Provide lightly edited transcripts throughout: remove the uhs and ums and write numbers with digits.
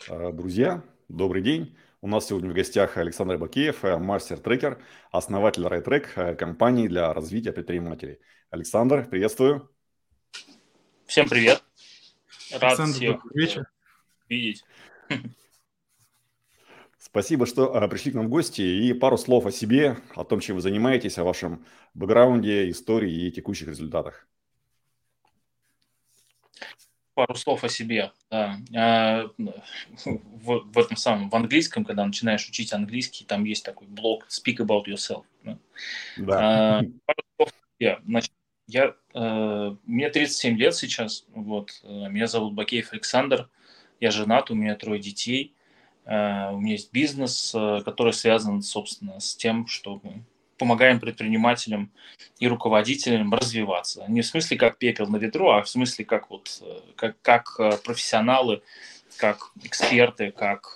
Друзья, добрый день. У нас сегодня в гостях Александр Бакеев, мастер-трекер, основатель RideTrack, компании для развития предпринимателей. Александр, приветствую. Всем привет. Рад Александр, всех добрый вечер. видеть. Спасибо, что пришли к нам в гости. И пару слов о себе, о том, чем вы занимаетесь, о вашем бэкграунде, истории и текущих результатах. Пару слов о себе. Да. В этом самом, в английском, когда начинаешь учить английский, там есть такой блок Speak about yourself. Да. Да. Пару слов о себе. Значит, мне 37 лет сейчас. Вот. Меня зовут Бакеев Александр. Я женат, у меня 3 детей. У меня есть бизнес, который связан, собственно, с тем, что мы помогаем предпринимателям и руководителям развиваться. Не в смысле как пепел на ветру, а в смысле как профессионалы, как эксперты, как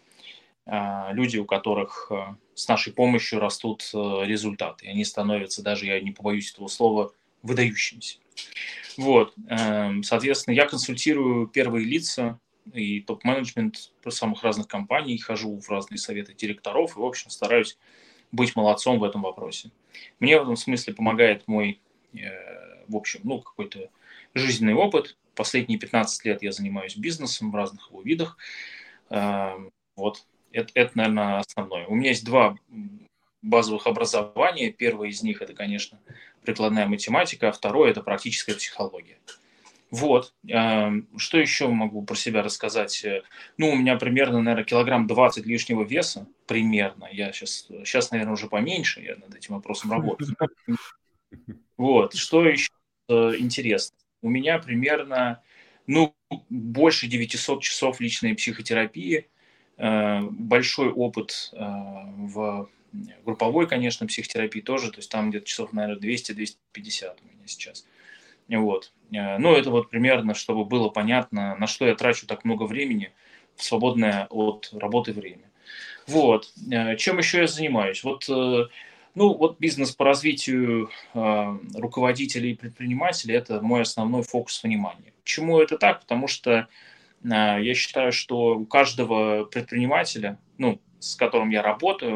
люди, у которых с нашей помощью растут результаты. И они становятся, даже я не побоюсь этого слова, выдающимися. Вот. Соответственно, я консультирую первые лица и топ-менеджмент самых разных компаний, хожу в разные советы директоров и, в общем, стараюсь быть молодцом в этом вопросе. Мне в этом смысле помогает мой, в общем, какой-то жизненный опыт. Последние 15 лет я занимаюсь бизнесом в разных его видах. Вот. Это, наверное, основное. У меня есть 2 базовых образования. Первое из них – это, конечно, прикладная математика, а второе – это практическая психология. Вот. Что еще могу про себя рассказать? У меня примерно, наверное, килограмм 20 лишнего веса. Примерно. Я сейчас, наверное, уже поменьше. Я над этим вопросом работаю. Вот. Что еще интересно? У меня примерно, больше 900 часов личной психотерапии. Большой опыт в групповой, конечно, психотерапии тоже. То есть там где-то часов, наверное, 200-250 у меня сейчас. Вот. Это вот примерно, чтобы было понятно, на что я трачу так много времени в свободное от работы время. Вот. Чем еще я занимаюсь? Вот бизнес по развитию руководителей и предпринимателей – это мой основной фокус внимания. Почему это так? Потому что я считаю, что у каждого предпринимателя, с которым я работаю,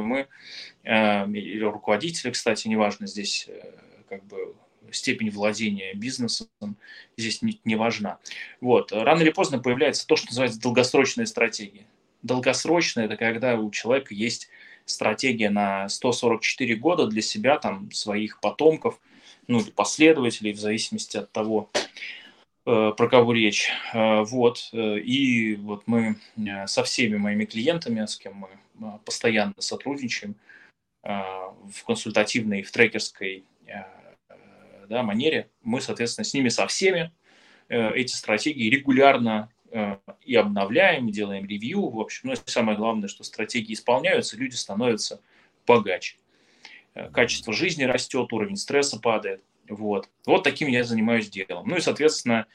или руководителя, кстати, неважно здесь, степень владения бизнесом здесь не важна. Вот. Рано или поздно появляется то, что называется долгосрочная стратегия. Долгосрочная – это когда у человека есть стратегия на 144 года для себя, там, своих потомков, или последователей, в зависимости от того, про кого речь. Вот. И вот мы со всеми моими клиентами, с кем мы постоянно сотрудничаем, в консультативной, в трекерской манере, мы, соответственно, с ними со всеми эти стратегии регулярно и обновляем, и делаем ревью. В общем, и самое главное, что стратегии исполняются, люди становятся богаче. Качество жизни растет, уровень стресса падает. Вот таким я занимаюсь делом. И, соответственно,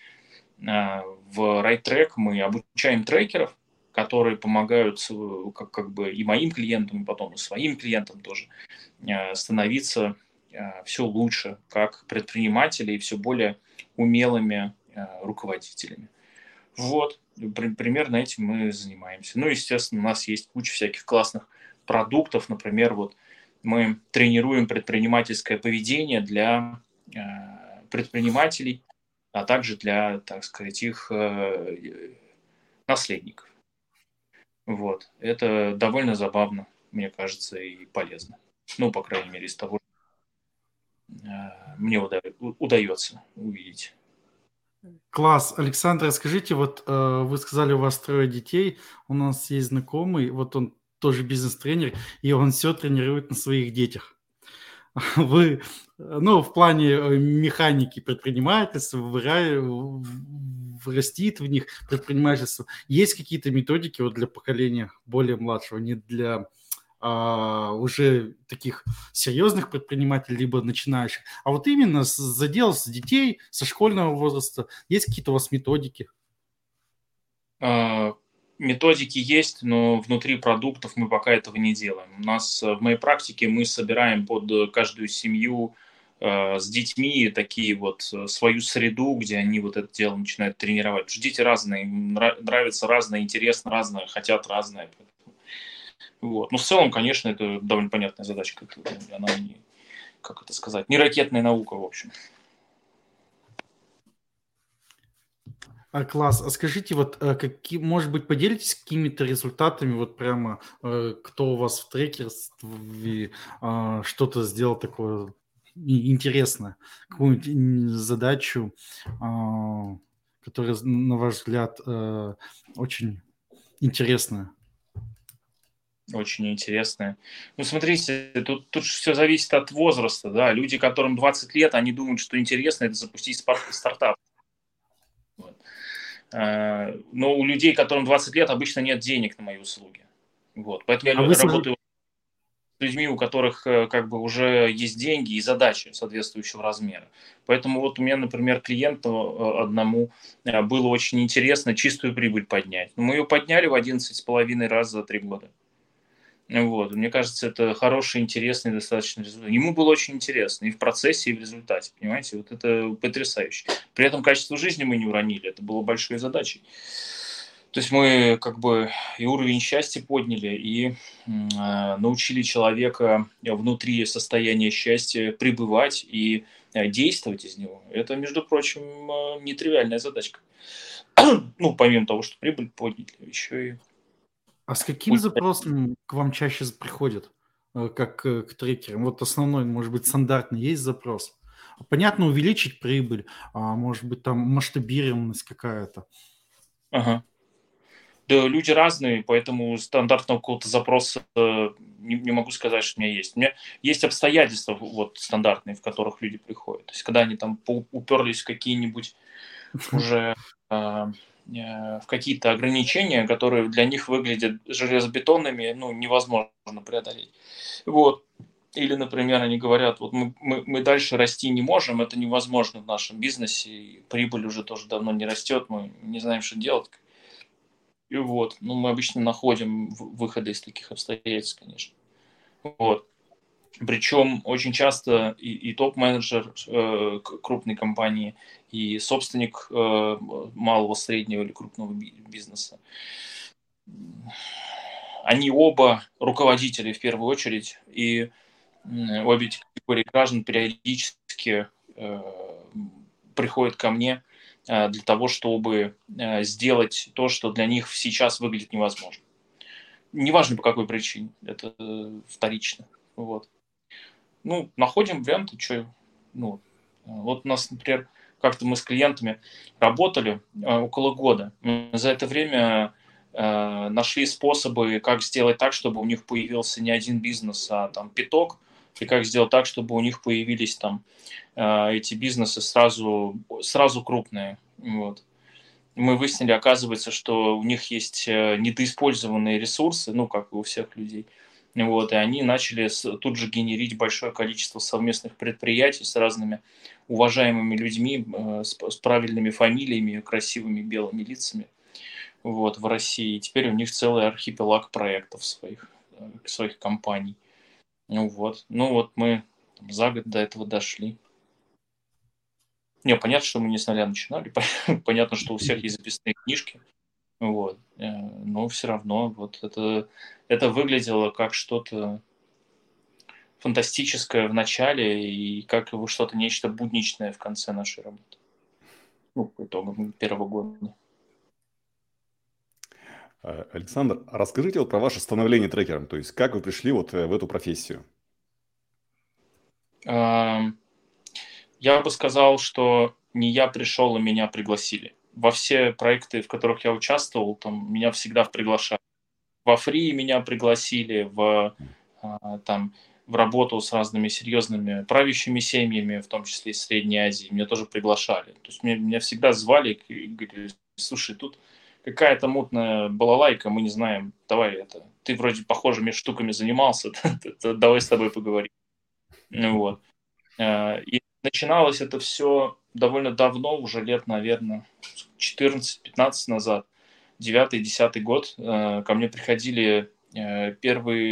в RideTrack мы обучаем трекеров, которые помогают и моим клиентам, и потом и своим клиентам тоже становиться все лучше как предприниматели и все более умелыми руководителями. Вот, примерно этим мы занимаемся. Естественно, у нас есть куча всяких классных продуктов. Например, вот мы тренируем предпринимательское поведение для предпринимателей, а также для, так сказать, их наследников. Вот. Это довольно забавно, мне кажется, и полезно. По крайней мере, из того, что мне удается увидеть. Класс. Александр, скажите, вот вы сказали, у вас 3 детей, у нас есть знакомый, вот он тоже бизнес-тренер, и он все тренирует на своих детях. Вы, в плане механики предпринимательства, вырастит в них предпринимательство. Есть какие-то методики вот для поколения более младшего, не для уже таких серьезных предпринимателей, либо начинающих, а вот именно задел с детей, со школьного возраста. Есть какие-то у вас методики? Методики есть, но внутри продуктов мы пока этого не делаем. У нас в моей практике мы собираем под каждую семью с детьми такие вот свою среду, где они вот это дело начинают тренировать. Потому что дети разные, им нравится разное, интересно разное, хотят разное. Вот. Но в целом, конечно, это довольно понятная задачка. Она не, как это сказать, не ракетная наука, в общем. Класс. А скажите, вот может быть, поделитесь какими-то результатами, вот прямо кто у вас в трекерстве что-то сделал такое интересное, какую-нибудь задачу, которая, на ваш взгляд, очень интересная? Очень интересная. Ну, смотрите, тут все зависит от возраста, да. Люди, которым 20 лет, они думают, что интересно это запустить стартап. Вот. Но у людей, которым 20 лет, обычно нет денег на мои услуги. Вот. Поэтому А я вы работаю с людьми, у которых как бы уже есть деньги и задачи соответствующего размера. Поэтому вот у меня, например, клиенту одному было очень интересно чистую прибыль поднять. Мы ее подняли в 11,5 раз за 3 года. Вот. Мне кажется, это хороший, интересный достаточно результат. Ему было очень интересно и в процессе, и в результате. Понимаете, вот это потрясающе. При этом качество жизни мы не уронили. Это было большой задачей. То есть мы как бы и уровень счастья подняли, и научили человека внутри состояния счастья пребывать и действовать из него. Это, между прочим, нетривиальная задачка. Ну, помимо того, что прибыль подняли, еще и... А с каким запросом к вам чаще приходят, как к трекерам? Вот основной, может быть, стандартный есть запрос. Понятно, увеличить прибыль, а может быть, там масштабируемость какая-то. Ага. Да, люди разные, поэтому стандартного какого-то запроса не могу сказать, что у меня есть. У меня есть обстоятельства вот стандартные, в которых люди приходят. То есть когда они там уперлись в какие-нибудь уже в какие-то ограничения, которые для них выглядят железобетонными, ну, невозможно преодолеть. Вот. Или, например, они говорят, вот мы дальше расти не можем, это невозможно в нашем бизнесе, и прибыль уже тоже давно не растет, мы не знаем, что делать. И вот, ну, мы обычно находим выходы из таких обстоятельств, конечно. Вот. Причем очень часто и топ-менеджер крупной компании, и собственник малого, среднего или крупного бизнеса, они оба руководители в первую очередь, и обе эти категории граждан периодически приходят ко мне для того, чтобы сделать то, что для них сейчас выглядит невозможно. Неважно по какой причине, это вторично. Вот. Ну, находим варианты, что... Ну, вот у нас, например, как-то мы с клиентами работали около года. Мы за это время нашли способы, как сделать так, чтобы у них появился не один бизнес, а там пяток, и как сделать так, чтобы у них появились там эти бизнесы сразу крупные. Вот. Мы выяснили, оказывается, что у них есть недоиспользованные ресурсы, ну, как и у всех людей. Вот, и они начали тут же генерить большое количество совместных предприятий с разными уважаемыми людьми, с правильными фамилиями, красивыми белыми лицами вот, в России. И теперь у них целый архипелаг проектов своих компаний. Ну вот мы за год до этого дошли. Не, понятно, что мы не с нуля начинали. Понятно, что у всех есть записные книжки. Вот. Но все равно вот это выглядело как что-то фантастическое в начале и как что-то нечто будничное в конце нашей работы. Ну, по итогам первого года. Александр, расскажите вот про ваше становление трекером, то есть как вы пришли вот в эту профессию? Я бы сказал, что не я пришел, а меня пригласили. Во все проекты, в которых я участвовал, там меня всегда приглашали. Во Фри меня пригласили, в работу с разными серьезными правящими семьями, в том числе из Средней Азии, меня тоже приглашали. То есть меня всегда звали и говорили, слушай, тут какая-то мутная балалайка, мы не знаем, давай это, ты вроде похожими штуками занимался, давай с тобой поговорим. Вот. И начиналось это все довольно давно, уже лет, наверное, 14-15 назад, 9-10 год. Ко мне приходили первые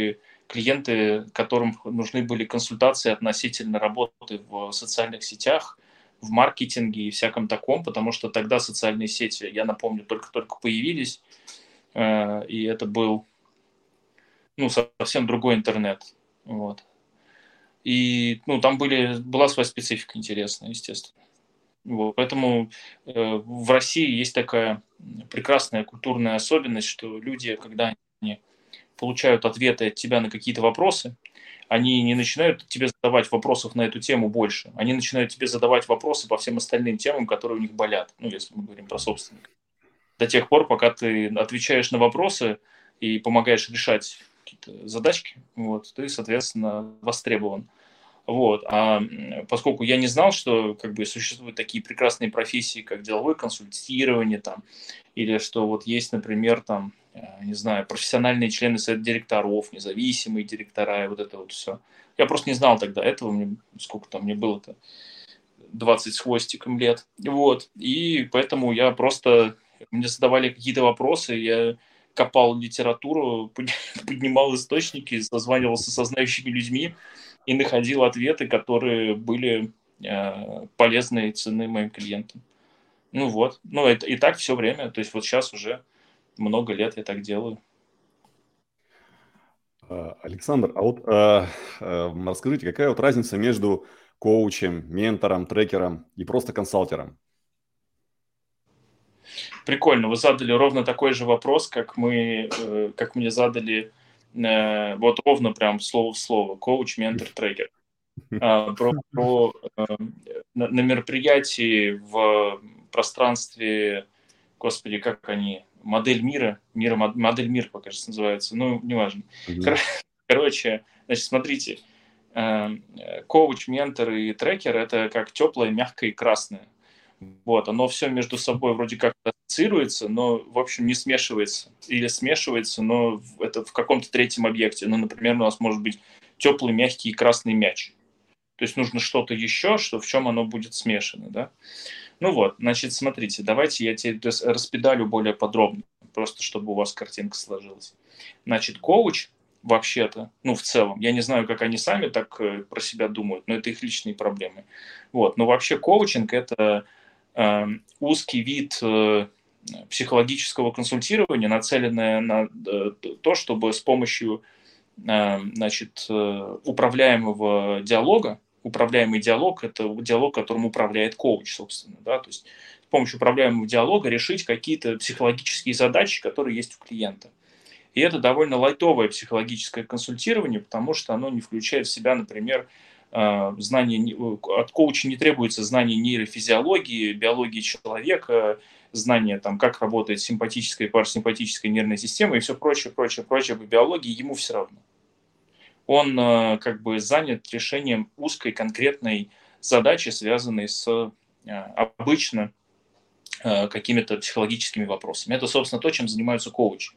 клиенты, которым нужны были консультации относительно работы в социальных сетях, в маркетинге и всяком таком, потому что тогда социальные сети, я напомню, только-только появились, и это был совсем другой интернет. Вот. И там была своя специфика интересная, естественно. Вот. Поэтому в России есть такая прекрасная культурная особенность, что люди, когда они получают ответы от тебя на какие-то вопросы, они не начинают тебе задавать вопросов на эту тему больше. Они начинают тебе задавать вопросы по всем остальным темам, которые у них болят. Если мы говорим про собственника. До тех пор, пока ты отвечаешь на вопросы и помогаешь решать какие-то задачки, ты, соответственно, востребован. Вот. А поскольку я не знал, что существуют такие прекрасные профессии, как деловое консультирование, или что есть, например, не знаю, профессиональные члены совета директоров, независимые директора, и это все. Я просто не знал тогда этого, сколько мне было-то, 20 с хвостиком лет. Вот. И поэтому мне задавали какие-то вопросы, я копал литературу, поднимал источники, созванивался со знающими людьми и находил ответы, которые были полезны и ценны моим клиентам. Это и так все время. То есть сейчас уже много лет я так делаю. Александр, расскажите, какая разница между коучем, ментором, трекером и просто консалтером? Прикольно, вы задали ровно такой же вопрос, как мне задали, ровно прям слово в слово, коуч, ментор, трекер. На мероприятии в пространстве, господи, как они, модель мира, модель мира, пока что называется, неважно. Короче, значит, смотрите, коуч, ментор и трекер – это как теплое, мягкое и красное. Оно все между собой вроде как ассоциируется, но, в общем, не смешивается. Или смешивается, но это в каком-то третьем объекте. Например, у нас может быть теплый, мягкий и красный мяч. То есть нужно что-то еще, в чем оно будет смешано, да? Значит, смотрите, давайте я тебе распедалю более подробно, просто чтобы у вас картинка сложилась. Значит, коуч вообще-то, в целом, я не знаю, как они сами так про себя думают, но это их личные проблемы. Но вообще коучинг – это узкий вид психологического консультирования, нацеленное на то, чтобы с помощью управляемого диалога, управляемый диалог – это диалог, которым управляет коуч, собственно, да, то есть с помощью управляемого диалога решить какие-то психологические задачи, которые есть у клиента. И это довольно лайтовое психологическое консультирование, потому что оно не включает в себя, например, от коуча не требуется знание нейрофизиологии, биологии человека, знание, как работает симпатическая и парасимпатическая нервная система и все прочее по биологии, ему все равно. Он занят решением узкой конкретной задачи, связанной с обычно какими-то психологическими вопросами. Это, собственно, то, чем занимаются коучи.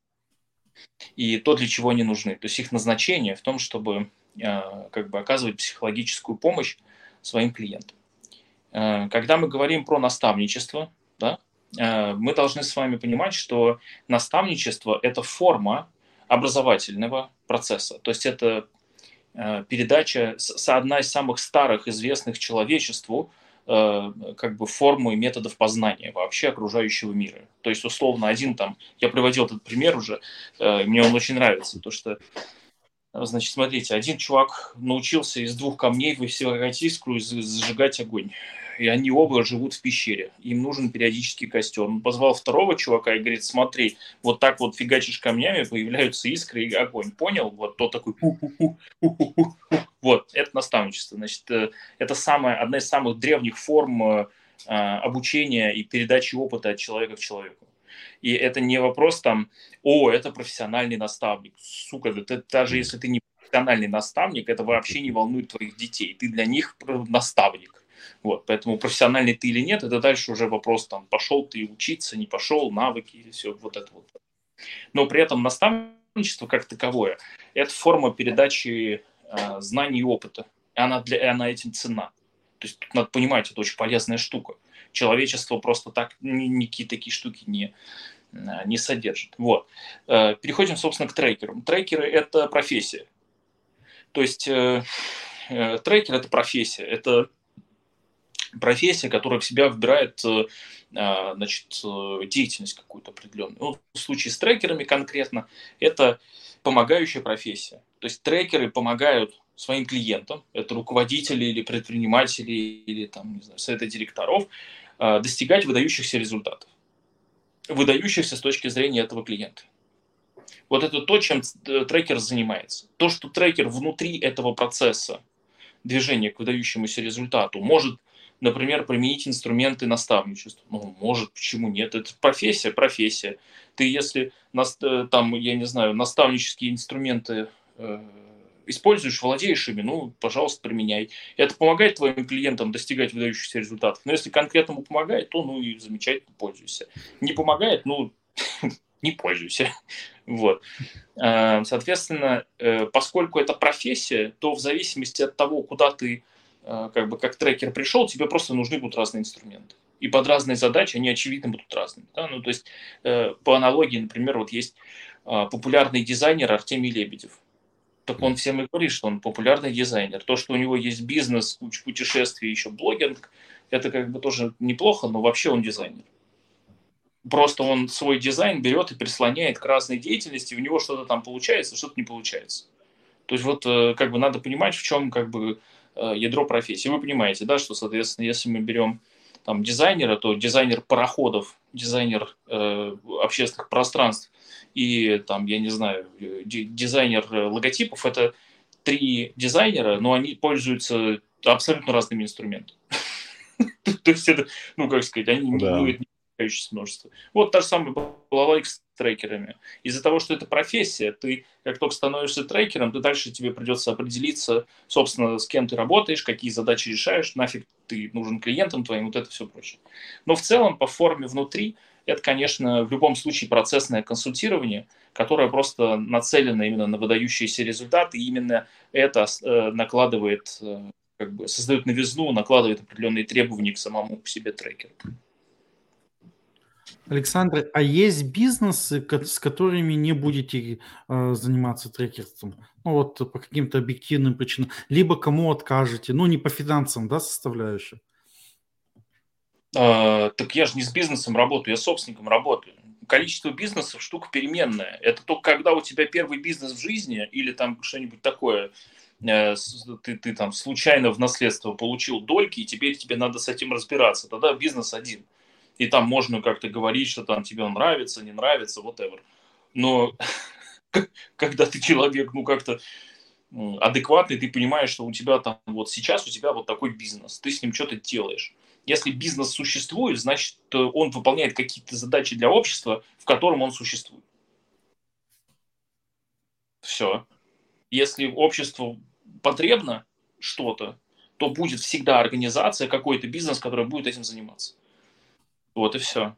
И то, для чего они нужны. То есть их назначение в том, чтобы оказывать психологическую помощь своим клиентам. Когда мы говорим про наставничество, да, мы должны с вами понимать, что наставничество – это форма образовательного процесса. То есть это передача, одна из самых старых, известных человечеству, форму и методов познания вообще окружающего мира. То есть, условно, я приводил этот пример уже, мне он очень нравится, то что, значит, смотрите, один чувак научился из 2 камней высекать искру и зажигать огонь. И они оба живут в пещере. Им нужен периодический костер. Он позвал второго чувака и говорит: смотри, вот так вот фигачишь камнями, появляются искры и огонь. Понял? Тот такой ху-ху-ху. Это наставничество. Значит, это одна из самых древних форм обучения и передачи опыта от человека к человеку. И это не вопрос это профессиональный наставник. Сука, даже если ты не профессиональный наставник, это вообще не волнует твоих детей. Ты для них наставник. Поэтому профессиональный ты или нет, это дальше уже вопрос, пошел ты учиться, не пошел, навыки и все это. Но при этом наставничество как таковое – это форма передачи знаний и опыта. И она этим ценна. То есть тут надо понимать, это очень полезная штука. Человечество просто так никакие такие штуки не содержит. Вот. Переходим, собственно, к трекерам. Трекеры – это профессия. То есть трекер – это профессия. Это профессия, которая в себя вбирает деятельность какую-то определенную. Ну, в случае с трекерами конкретно это помогающая профессия. То есть трекеры помогают своим клиентам, это руководители или предприниматели, или там, не знаю, советы директоров, достигать выдающихся результатов. Выдающихся с точки зрения этого клиента. Вот это то, чем трекер занимается. То, что трекер внутри этого процесса движения к выдающемуся результату может, например, применить инструменты наставничества. Ну, может, почему нет? Это профессия. Ты, если там, я не знаю, наставнические инструменты используешь, владеешь ими, ну, пожалуйста, применяй. Это помогает твоим клиентам достигать выдающихся результатов. Но если конкретному помогает, то, ну, и замечательно, пользуйся. Не помогает, ну, не пользуйся. Вот. Соответственно, поскольку это профессия, то в зависимости от того, куда ты как трекер пришел, тебе просто нужны будут разные инструменты. И под разные задачи они, очевидно, будут разными. Да? Ну, то есть, по аналогии, например, вот есть популярный дизайнер Артемий Лебедев. Так он всем и говорит, что он популярный дизайнер. То, что у него есть бизнес, куча путешествий, еще блогинг, это как бы тоже неплохо, но вообще он дизайнер. Просто он свой дизайн берет и прислоняет к разной деятельности, у него что-то там получается, что-то не получается. То есть вот как бы надо понимать, в чем как бы ядро профессии. Вы понимаете, да, что, соответственно, если мы берем там дизайнера, то дизайнер пароходов, дизайнер общественных пространств и там, я не знаю, дизайнер логотипов – это 3 дизайнера, но они пользуются абсолютно разными инструментами. То есть это, ну как сказать, они не множество. Вот та же самая балалайка с трекерами. Из-за того, что это профессия, ты как только становишься трекером, ты дальше тебе придется определиться, собственно, с кем ты работаешь, какие задачи решаешь, нафиг ты нужен клиентам твоим, вот это все прочее. Но в целом по форме внутри это, конечно, в любом случае процессное консультирование, которое просто нацелено именно на выдающиеся результаты, и именно это накладывает, как бы создает новизну, накладывает определенные требования к самому к себе трекеру. Александр, а есть бизнесы, с которыми не будете заниматься трекерством? Ну вот по каким-то объективным причинам. Либо кому откажете, ну не по финансовым, да, составляющим? Так я же не с бизнесом работаю, я с собственником работаю. Количество бизнесов штука переменная. Это только когда у тебя первый бизнес в жизни или там что-нибудь такое, ты там случайно в наследство получил дольки, и теперь тебе надо с этим разбираться. Тогда бизнес один. И там можно как-то говорить, что там тебе он нравится, не нравится, whatever. Но когда ты человек, ну как-то адекватный, ты понимаешь, что у тебя там вот сейчас у тебя вот такой бизнес, ты с ним что-то делаешь. Если бизнес существует, значит, он выполняет какие-то задачи для общества, в котором он существует. Все. Если обществу потребно что-то, то будет всегда организация, какой-то бизнес, который будет этим заниматься. Вот и все.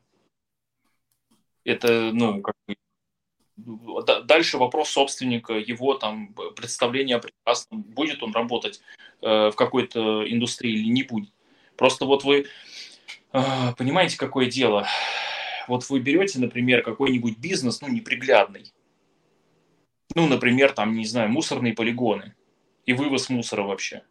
Это, ну, как бы, дальше вопрос собственника, его там представления о прекрасном, будет он работать в какой-то индустрии или не будет. Просто вот вы понимаете, какое дело? Вот вы берете, например, какой-нибудь бизнес, ну, неприглядный. Ну, например, там, не знаю, мусорные полигоны и вывоз мусора вообще.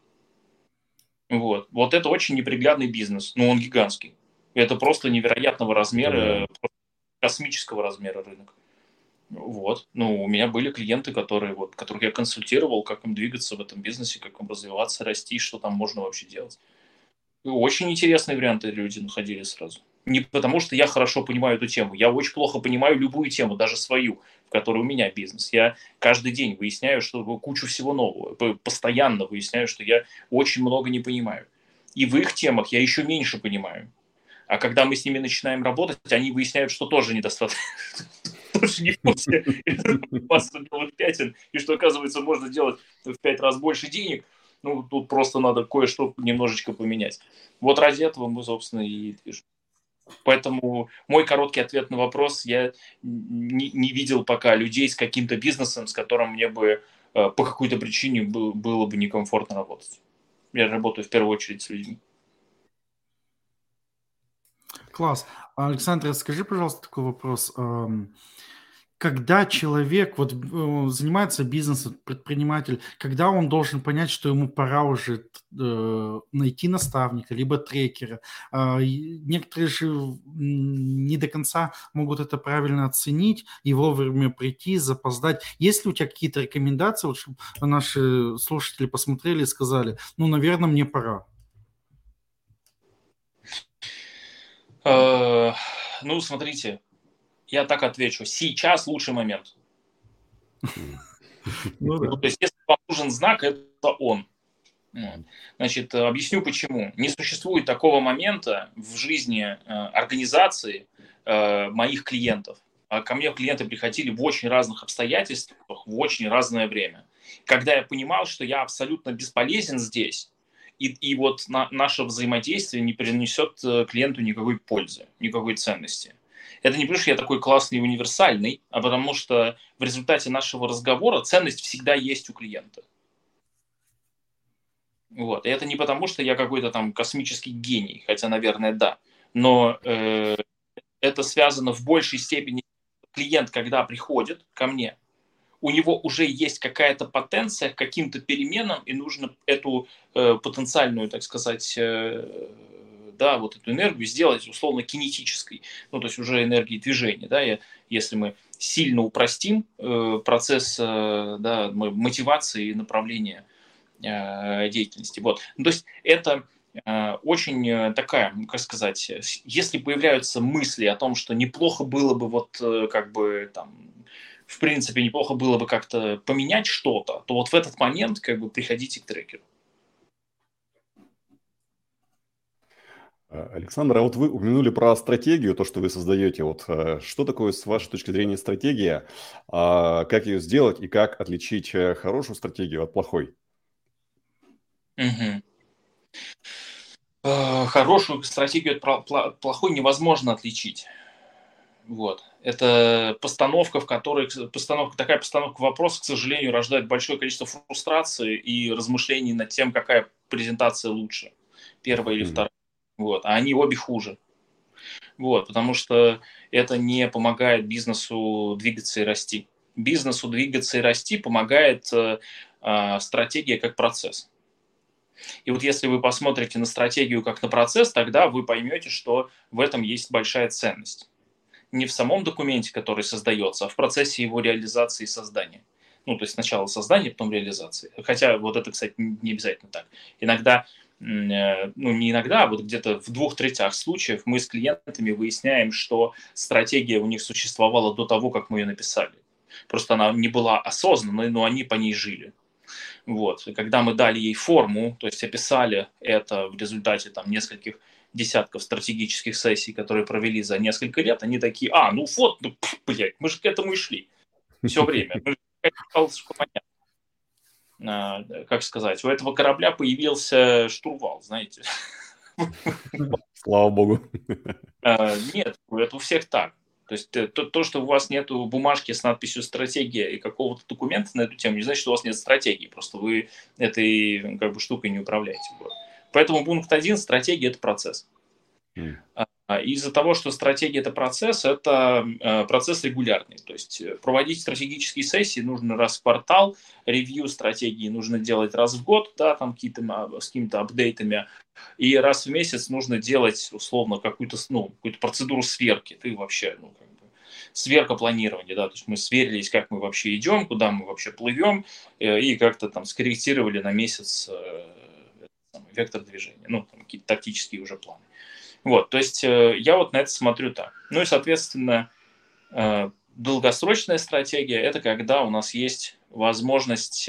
Вот это очень неприглядный бизнес, но он гигантский. Это просто невероятного размера, космического размера рынок. Вот. Ну, у меня были клиенты, которых я консультировал, как им двигаться в этом бизнесе, как им развиваться, расти, что там можно вообще делать. И очень интересные варианты люди находили сразу. Не потому, что я хорошо понимаю эту тему. Я очень плохо понимаю любую тему, даже свою, в которой у меня бизнес. Я каждый день выясняю, что кучу всего нового. Постоянно выясняю, что я очень много не понимаю. И в их темах я еще меньше понимаю. А когда мы с ними начинаем работать, они выясняют, что тоже недостаточно. Тоже не в курсе. Масса белых пятен. И что, оказывается, можно делать в 5 раз больше денег. Ну, тут просто надо кое-что немножечко поменять. Вот ради этого мы, собственно, и движем. Поэтому мой короткий ответ на вопрос: я не видел пока людей с каким-то бизнесом, с которым мне бы по какой-то причине было бы некомфортно работать. Я работаю в первую очередь с людьми. Класс. Александр, скажи, пожалуйста, такой вопрос. Когда человек занимается бизнесом, предприниматель, когда он должен понять, что ему пора уже найти наставника, либо трекера? Некоторые же не до конца могут это правильно оценить и вовремя прийти, запоздать. Есть ли у тебя какие-то рекомендации, вот, чтобы наши слушатели посмотрели и сказали, ну, наверное, мне пора? Ну, смотрите, я так отвечу. Сейчас лучший момент. То есть, если вам нужен знак, это он. Значит, объясню почему. Не существует такого момента в жизни организации моих клиентов. Ко мне клиенты приходили в очень разных обстоятельствах, в очень разное время. Когда я понимал, что я абсолютно бесполезен здесь, и вот наше взаимодействие не принесет клиенту никакой пользы, никакой ценности. Это не потому, что я такой классный и универсальный, а потому что в результате нашего разговора ценность всегда есть у клиента. Вот. И это не потому, что я какой-то там космический гений, хотя, наверное, да. Но это связано в большей степени. Клиент, когда приходит ко мне, у него уже есть какая-то потенция к каким-то переменам, и нужно эту потенциальную, так сказать, да, вот эту энергию сделать условно кинетической, ну, то есть уже энергией движения, да, если мы сильно упростим процесс да, мотивации и направления деятельности. Вот. Ну, то есть это очень такая, как сказать, если появляются мысли о том, что неплохо было бы вот как бы там, в принципе, неплохо было бы как-то поменять что-то, то вот в этот момент как бы приходите к трекеру. Александр, а вот вы упомянули про стратегию, то, что вы создаете. Вот что такое, с вашей точки зрения, стратегия? Как ее сделать и как отличить хорошую стратегию от плохой? Угу. Хорошую стратегию от плохой невозможно отличить. Вот. Это постановка, в которой такая постановка вопроса, к сожалению, рождает большое количество фрустрации и размышлений над тем, какая презентация лучше, первая или вторая. Вот. А они обе хуже. Вот, потому что это не помогает бизнесу двигаться и расти. Бизнесу двигаться и расти помогает стратегия как процесс. И вот если вы посмотрите на стратегию как на процесс, тогда вы поймете, что в этом есть большая ценность. Не в самом документе, который создается, а в процессе его реализации и создания. Ну, то есть сначала создание, потом реализация. Хотя вот это, кстати, не обязательно так. Иногда, ну не иногда, а вот где-то в 2/3 случаев мы с клиентами выясняем, что стратегия у них существовала до того, как мы ее написали. Просто она не была осознанной, но они по ней жили. Вот. И когда мы дали ей форму, то есть описали это в результате там нескольких десятков стратегических сессий, которые провели за несколько лет, они такие, ну вот, ну, блядь, мы же к этому и шли все время. Как сказать, у этого корабля появился штурвал, знаете. Слава богу. Нет, это у всех так. То есть то, что у вас нет бумажки с надписью «стратегия» и какого-то документа на эту тему, не значит, что у вас нет стратегии. Просто вы этой как бы штукой не управляете. Вот. Поэтому пункт 1 – стратегия – это процесс. Из-за того, что стратегия – это процесс регулярный. То есть проводить стратегические сессии нужно раз в квартал, ревью стратегии нужно делать раз в год, да, там с какими-то апдейтами, и раз в месяц нужно делать условно какую-то процедуру сверки. Ты вообще, сверка планирования, да, то есть мы сверились, как мы вообще идем, куда мы вообще плывем, и как-то там скорректировали на месяц вектор движения, какие-то тактические уже планы. Вот, то есть я вот на это смотрю так. Ну и, соответственно, долгосрочная стратегия – это когда у нас есть возможность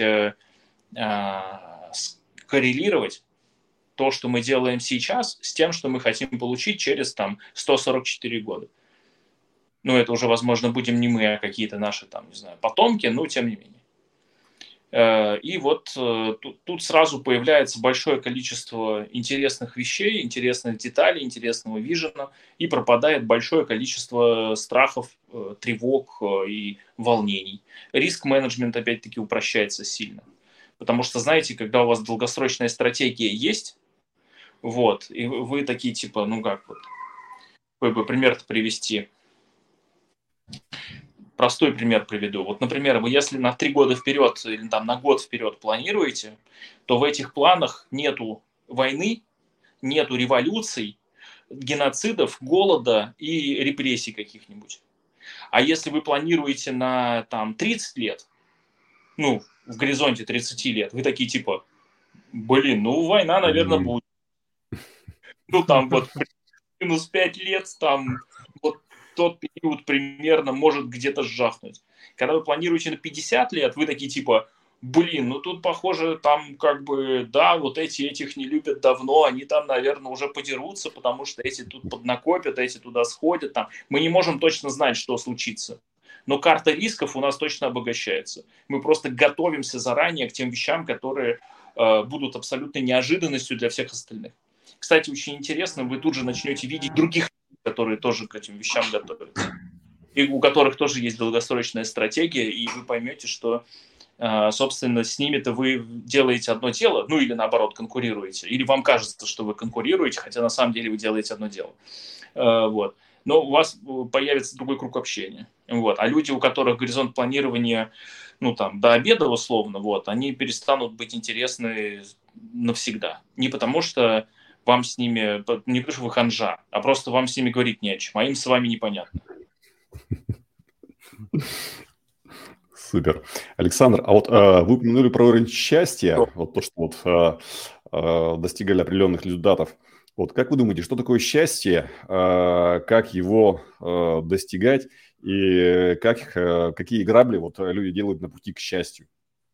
коррелировать то, что мы делаем сейчас, с тем, что мы хотим получить через 144 года. Ну, это уже, возможно, будем не мы, а какие-то наши потомки, но тем не менее. И вот тут сразу появляется большое количество интересных вещей, интересных деталей, интересного вижена, и пропадает большое количество страхов, тревог и волнений. Риск-менеджмент, опять-таки, упрощается сильно. Потому что, знаете, когда у вас долгосрочная стратегия есть, вот, и вы такие, какой бы пример привести? Простой пример приведу. Вот, например, вы если на 3 года вперед или там на год вперед планируете, то в этих планах нету войны, нету революций, геноцидов, голода и репрессий каких-нибудь. А если вы планируете на там 30 лет, ну, в горизонте 30 лет, вы такие типа, блин, ну, война, наверное, будет. Ну, там вот минус 5 лет, там вот тот период примерно может где-то сжахнуть. Когда вы планируете на 50 лет, вы такие типа, блин, ну тут похоже там как бы, да, вот эти этих не любят давно, они там, наверное, уже подерутся, потому что эти тут поднакопят, эти туда сходят. Там. Мы не можем точно знать, что случится. Но карта рисков у нас точно обогащается. Мы просто готовимся заранее к тем вещам, которые будут абсолютной неожиданностью для всех остальных. Кстати, очень интересно, вы тут же начнете видеть других, которые тоже к этим вещам готовятся. И у которых тоже есть долгосрочная стратегия, и вы поймете, что, собственно, с ними-то вы делаете одно дело, ну или наоборот конкурируете, или вам кажется, что вы конкурируете, хотя на самом деле вы делаете одно дело. Вот. Но у вас появится другой круг общения. Вот. А люди, у которых горизонт планирования, ну там, до обеда условно, вот, они перестанут быть интересны навсегда. Не потому что вам с ними, не потому что вы ханжа, а просто вам с ними говорить не о чем, а им с вами непонятно. Супер. Александр, а вот вы упомянули про уровень счастья, вот то, что вот достигали определенных результатов. Вот как вы думаете, что такое счастье, как его достигать и какие грабли вот люди делают на пути к счастью?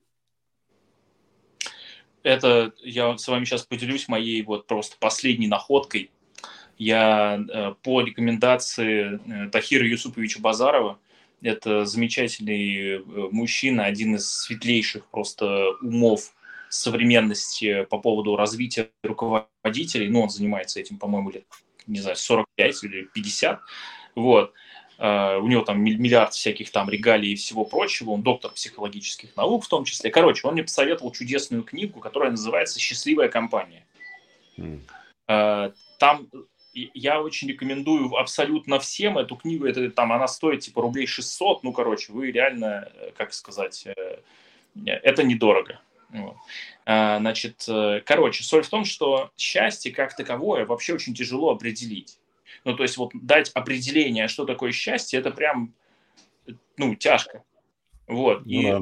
Это я с вами сейчас поделюсь моей вот просто последней находкой. Я по рекомендации Тахира Юсуповича Базарова, это замечательный мужчина, один из светлейших просто умов современности по поводу развития руководителей. Ну, он занимается этим, по-моему, лет, не знаю, 45 или 50. Вот. У него там миллиард всяких там регалий и всего прочего. Он доктор психологических наук в том числе. Короче, он мне посоветовал чудесную книгу, которая называется «Счастливая компания». Там я очень рекомендую абсолютно всем эту книгу. Это, там, она стоит типа рублей 600. Ну, короче, вы реально, как сказать, это недорого. Вот. Значит, короче, соль в том, что счастье как таковое вообще очень тяжело определить. Ну, то есть вот дать определение, что такое счастье, это прям, ну, тяжко. Вот. И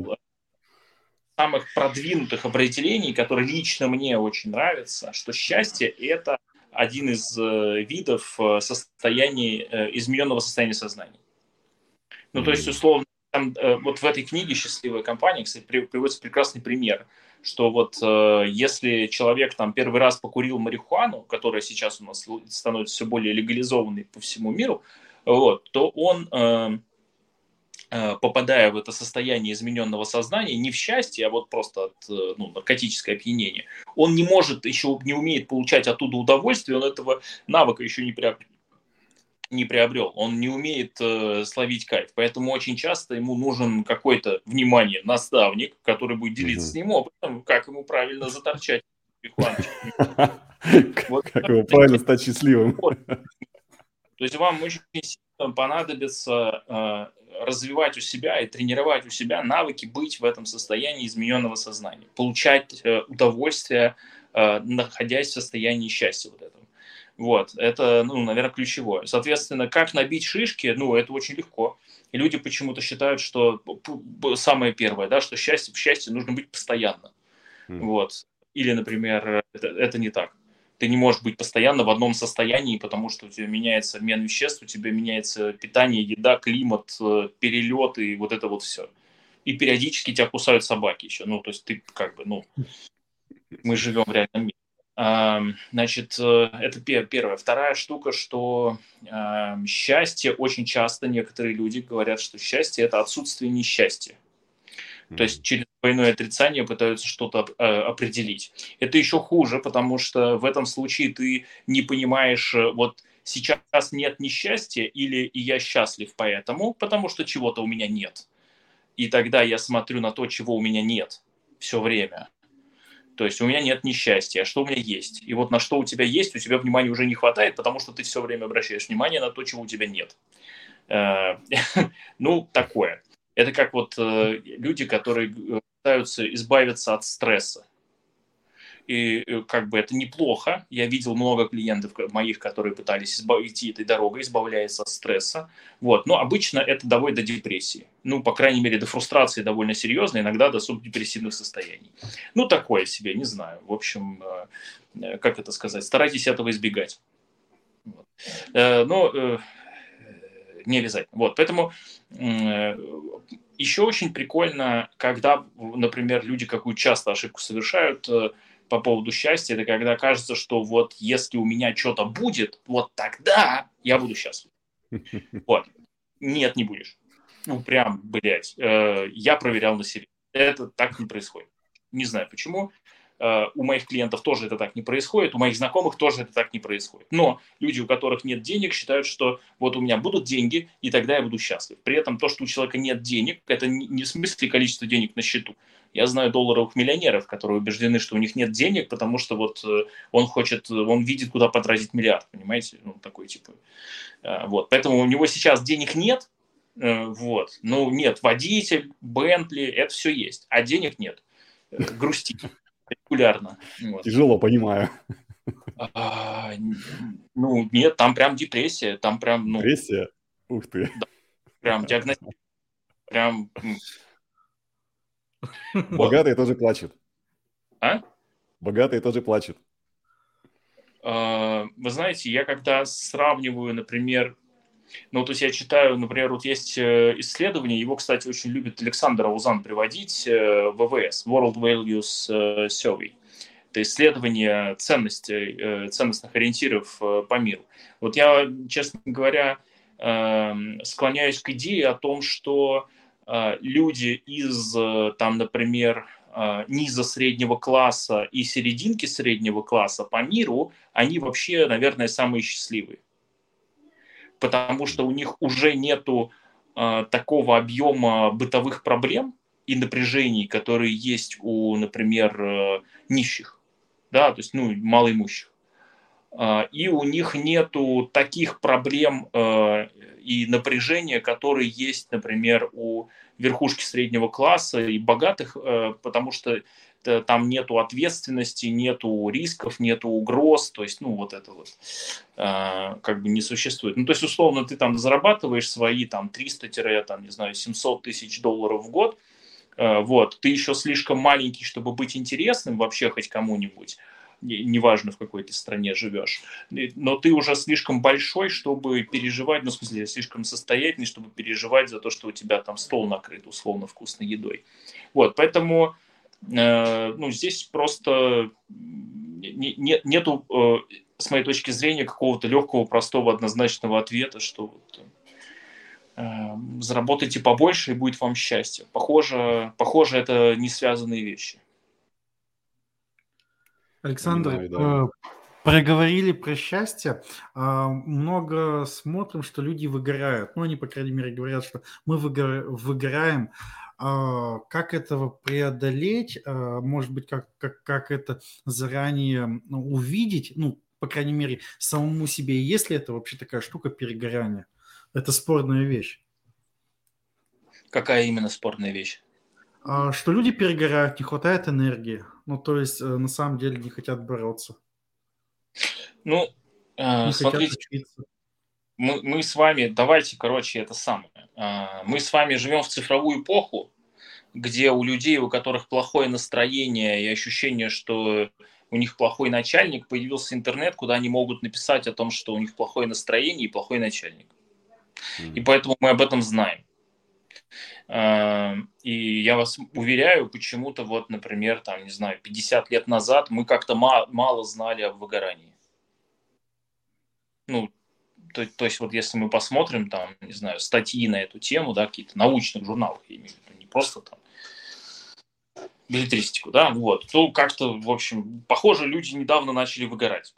самых продвинутых определений, которые лично мне очень нравятся, что счастье – это один из видов измененного состояния сознания. Ну, то есть, условно, там, вот в этой книге «Счастливая компания», кстати, приводится прекрасный пример, что вот если человек там первый раз покурил марихуану, которая сейчас у нас становится все более легализованной по всему миру, вот, то он, попадая в это состояние измененного сознания, не в счастье, а вот просто от наркотическое опьянение, он не может, еще не умеет получать оттуда удовольствие, он этого навыка еще не приобрел, он не умеет словить кайф, поэтому очень часто ему нужен какой-то, внимание, наставник, который будет делиться с ним опытом, как ему правильно заторчать марихуаночку. Как его правильно стать счастливым. То есть вам очень сильно понадобится развивать у себя и тренировать у себя навыки быть в этом состоянии измененного сознания, получать удовольствие, находясь в состоянии счастья вот этого. Вот, это, наверное, ключевое. Соответственно, как набить шишки, это очень легко. И люди почему-то считают, что самое первое, да, что в счастье нужно быть постоянно. Вот. Или, например, это не так. Ты не можешь быть постоянно в одном состоянии, потому что у тебя меняется обмен веществ, у тебя меняется питание, еда, климат, перелеты и вот это вот все. И периодически тебя кусают собаки еще. То есть ты мы живем в реальном мире. Значит, это первое. Вторая штука, что счастье, очень часто некоторые люди говорят, что счастье – это отсутствие несчастья. То есть через двойное отрицание пытаются что-то определить. Это еще хуже, потому что в этом случае ты не понимаешь, вот сейчас нет несчастья или и я счастлив потому что чего-то у меня нет. И тогда я смотрю на то, чего у меня нет все время. То есть у меня нет несчастья, а что у меня есть? И вот на что у тебя есть, у тебя внимания уже не хватает, потому что ты все время обращаешь внимание на то, чего у тебя нет. Ну, такое. Это как вот люди, которые пытаются избавиться от стресса. И как бы это неплохо. Я видел много клиентов моих, которые пытались идти этой дорогой, избавляясь от стресса. Вот. Но обычно это доводит до депрессии. Ну, по крайней мере, до фрустрации довольно серьезно, иногда до субдепрессивных состояний. Ну, такое себе, не знаю. В общем, как это сказать, старайтесь этого избегать. Вот. Но не обязательно. Вот. Поэтому еще очень прикольно, когда, например, люди какую часто ошибку совершают по поводу счастья, это когда кажется, что вот если у меня что-то будет, вот тогда я буду счастлив. Вот. Нет, не будешь. Ну, прям, блядь. Я проверял на себе. Это так не происходит. Не знаю почему. У моих клиентов тоже это так не происходит, у моих знакомых тоже это так не происходит. Но люди, у которых нет денег, считают, что вот у меня будут деньги, и тогда я буду счастлив. При этом то, что у человека нет денег, это не в смысле количество денег на счету. Я знаю долларовых миллионеров, которые убеждены, что у них нет денег, потому что вот он видит, куда потратить миллиард, понимаете? Ну, такой типа. Вот. Поэтому у него сейчас денег нет, вот. Ну, нет, водитель, Бентли, это все есть, а денег нет. Грустит регулярно. Вот. Тяжело, понимаю. Ну, нет, там прям депрессия, там прям, ну... Депрессия? Ух ты. Да, прям диагностика. Прям... Богатые тоже плачут. А? Богатые тоже плачут. Вы знаете, я когда сравниваю, например... Ну, то есть я читаю, например, вот есть исследование, его, кстати, очень любит Александр Аузан приводить, ВВС, World Values Survey. Это исследование ценностных ориентиров по миру. Вот я, честно говоря, склоняюсь к идее о том, что люди из, там, например, низа среднего класса и серединки среднего класса по миру, они вообще, наверное, самые счастливые. Потому что у них уже нету такого объема бытовых проблем и напряжений, которые есть у, например, нищих. Да, то есть, ну, малоимущих. И у них нету таких проблем и напряжения, которые есть, например, у верхушки среднего класса и богатых, потому что там нету ответственности, нету рисков, нету угроз, то есть, ну, вот это вот как бы не существует. Ну, то есть, условно, ты там зарабатываешь свои там 300-700 тысяч долларов в год, вот, ты еще слишком маленький, чтобы быть интересным вообще хоть кому-нибудь, неважно, в какой ты стране живешь, но ты уже слишком большой, чтобы переживать, ну, в смысле, слишком состоятельный, чтобы переживать за то, что у тебя там стол накрыт условно вкусной едой. Вот, поэтому, ну, здесь просто нету, с моей точки зрения, какого-то легкого, простого, однозначного ответа, что вот, заработайте побольше и будет вам счастье. Похоже, это не связанные вещи. Александр, Понимаю, да. проговорили про счастье. Много смотрим, что люди выгорают. Ну, они, по крайней мере, говорят, что мы выгораем. Как этого преодолеть? Может быть, как это заранее увидеть? Ну, по крайней мере, самому себе. Есть ли это вообще такая штука перегорания? Это спорная вещь. Какая именно спорная вещь? Что люди перегорают, не хватает энергии. Ну, то есть, на самом деле, не хотят бороться. Ну, Не смотрите, хотят учиться. мы с вами, давайте, короче, это самое. Мы с вами живем в цифровую эпоху, где у людей, у которых плохое настроение и ощущение, что у них плохой начальник, появился интернет, куда они могут написать о том, что у них плохое настроение и плохой начальник. И поэтому мы об этом знаем. И я вас уверяю, почему-то вот, например, там, не знаю, 50 лет назад мы как-то мало знали об выгорании. Ну, то есть вот если мы посмотрим там, не знаю, статьи на эту тему, да, какие-то научных журналах, я имею в виду, не просто там билетристику, да, вот, то как-то, в общем, похоже, люди недавно начали выгорать.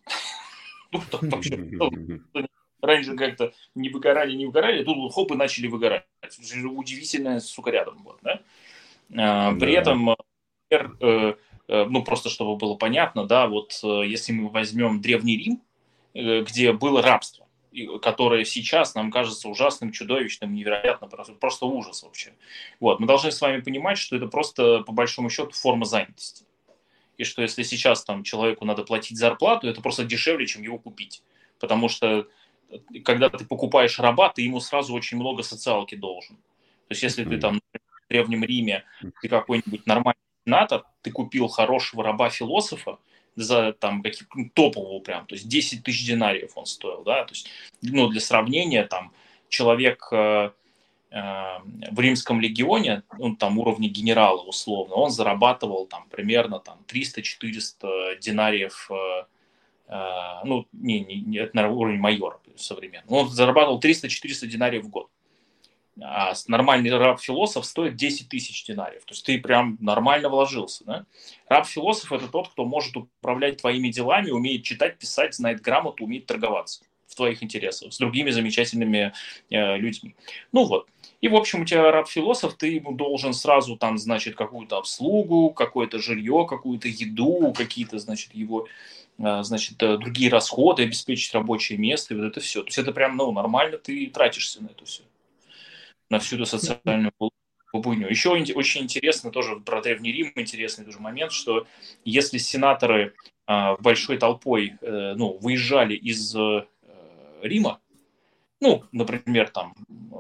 Раньше как-то не выгорали, тут вот хоп, и начали выгорать. Удивительная, сука, рядом. Вот, да? При этом, например, ну, просто чтобы было понятно, да, вот если мы возьмем Древний Рим, где было рабство, которое сейчас нам кажется ужасным, чудовищным, невероятным, просто ужас вообще. Вот. Мы должны с вами понимать, что это просто, по большому счету, форма занятости. И что если сейчас там человеку надо платить зарплату, это просто дешевле, чем его купить. Потому что когда ты покупаешь раба, ты ему сразу очень много социалки должен. То есть если ты там в Древнем Риме, ты какой-нибудь нормальный сенатор, ты купил хорошего раба-философа за там топового прям, то есть 10 тысяч динариев он стоил, да, то есть, ну, для сравнения, там, человек в Римском легионе, он там уровня генерала условно, он зарабатывал там примерно там 300-400 динариев, ну, это, наверное, уровень майора современный. Он зарабатывал 300-400 динариев в год. А нормальный раб-философ стоит 10 тысяч динариев. То есть ты прям нормально вложился. Да? Раб-философ – это тот, кто может управлять твоими делами, умеет читать, писать, знает грамоту, умеет торговаться в твоих интересах с другими замечательными людьми. Ну вот. И, в общем, у тебя раб-философ, ты ему должен сразу там, значит, какую-то обслугу, какое-то жилье, какую-то еду, какие-то, значит, его, значит, другие расходы, обеспечить рабочее место, и вот это все. То есть это прям, ну, нормально ты тратишься на это все, на всю эту социальную бубуйню. Еще очень интересно тоже про Древний Рим, интересный тоже момент, что если сенаторы большой толпой ну, выезжали из Рима, ну, например, там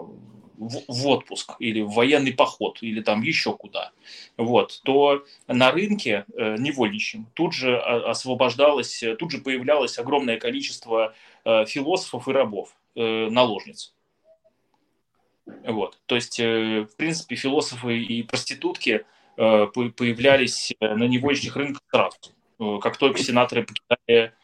в отпуск или в военный поход или там еще куда, вот, то на рынке невольничьем тут же освобождалось, тут же появлялось огромное количество философов и рабов, наложниц. Вот. То есть, в принципе, философы и проститутки появлялись на невольничьих рынках сразу, как только сенаторы покидали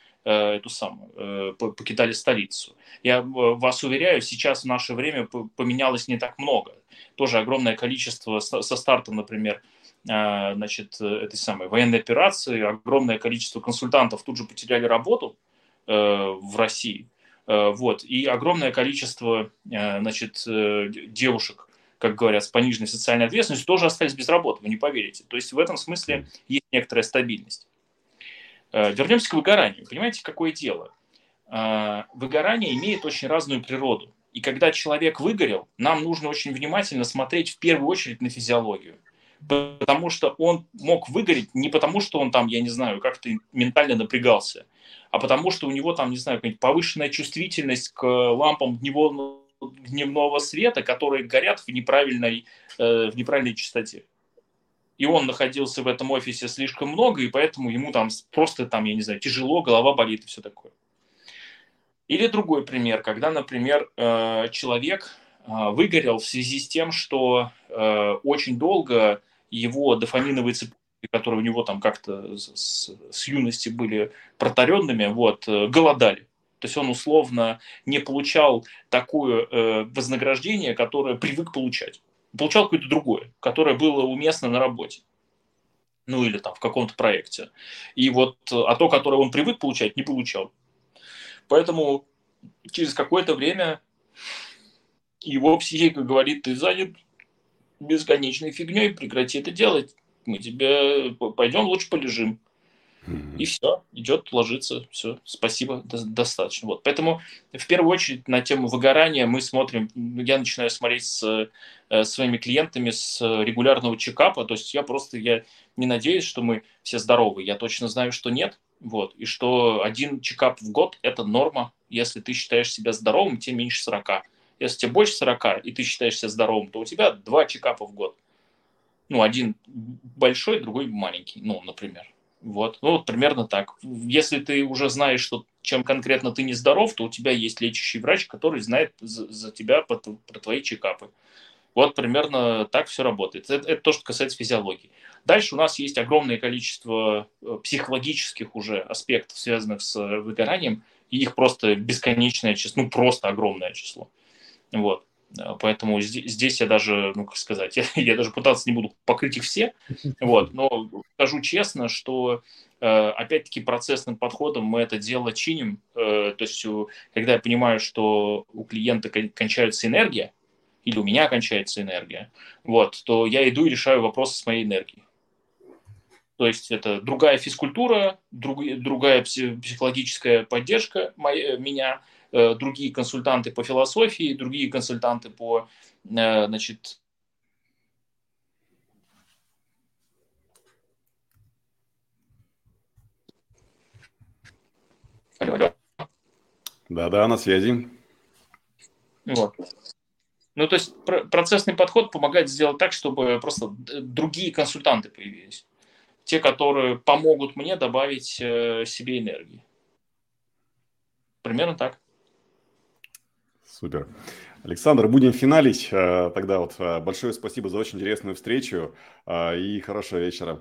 покидали столицу. Я вас уверяю, сейчас в наше время поменялось не так много. Тоже огромное количество со стартом, например, значит, этой самой военной операции, огромное количество консультантов тут же потеряли работу в России. Вот. И огромное количество, значит, девушек, как говорят, с пониженной социальной ответственностью тоже остались без работы, вы не поверите. То есть в этом смысле есть некоторая стабильность. Вернемся к выгоранию. Понимаете, какое дело? Выгорание имеет очень разную природу. И когда человек выгорел, нам нужно очень внимательно смотреть в первую очередь на физиологию. Потому что он мог выгореть не потому, что он там, я не знаю, как-то ментально напрягался, а потому что у него там, не знаю, какая-нибудь повышенная чувствительность к лампам дневного света, которые горят в неправильной частоте. И он находился в этом офисе слишком много, и поэтому ему там просто, там, я не знаю, тяжело, голова болит и все такое. Или другой пример, когда, например, человек выгорел в связи с тем, что очень долго его дофаминовые цепочки, которые у него там как-то с юности были протаренными, вот, голодали. То есть он условно не получал такое вознаграждение, которое привык получать. Получал какое-то другое, которое было уместно на работе. Ну или там в каком-то проекте. И вот, а то, которое он привык получать, не получал. Поэтому через какое-то время его психика говорит: ты занят бесконечной фигней, прекрати это делать. Мы тебе пойдем лучше полежим. И все, идет ложиться, все, спасибо, достаточно. Вот. Поэтому в первую очередь на тему выгорания мы смотрим, я начинаю смотреть с своими клиентами с регулярного чекапа, то есть я не надеюсь, что мы все здоровы, я точно знаю, что нет, вот, и что один чекап в год – это норма, если ты считаешь себя здоровым, тебе меньше 40. Если тебе больше 40, и ты считаешь себя здоровым, то у тебя 2 чекапа в год. Ну, один большой, другой маленький, ну, например. Вот. Ну, вот примерно так. Если ты уже знаешь, что чем конкретно ты не здоров, то у тебя есть лечащий врач, который знает за тебя про твои чекапы. Вот примерно так все работает. Это то, что касается физиологии. Дальше у нас есть огромное количество психологических уже аспектов, связанных с выгоранием, и их просто бесконечное число, ну, просто огромное число. Вот. Поэтому здесь я даже, ну, как сказать, я даже пытаться не буду покрыть их все, вот, но скажу честно, что опять-таки процессным подходом мы это дело чиним, то есть когда я понимаю, что у клиента кончается энергия, или у меня кончается энергия, вот, то я иду и решаю вопросы с моей энергией. То есть это другая физкультура, другая психологическая поддержка меня, другие консультанты по философии, другие консультанты по, значит... Да-да, на связи. Вот. Ну, то есть процессный подход помогает сделать так, чтобы просто другие консультанты появились. Те, которые помогут мне добавить себе энергии. Примерно так. Супер. Александр, будем финалить. Тогда вот большое спасибо за очень интересную встречу и хорошего вечера.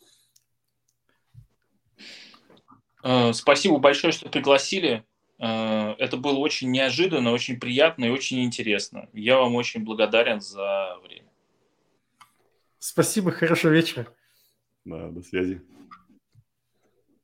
Спасибо большое, что пригласили. Это было очень неожиданно, очень приятно и очень интересно. Я вам очень благодарен за время. Спасибо, хорошего вечера. Да, до связи.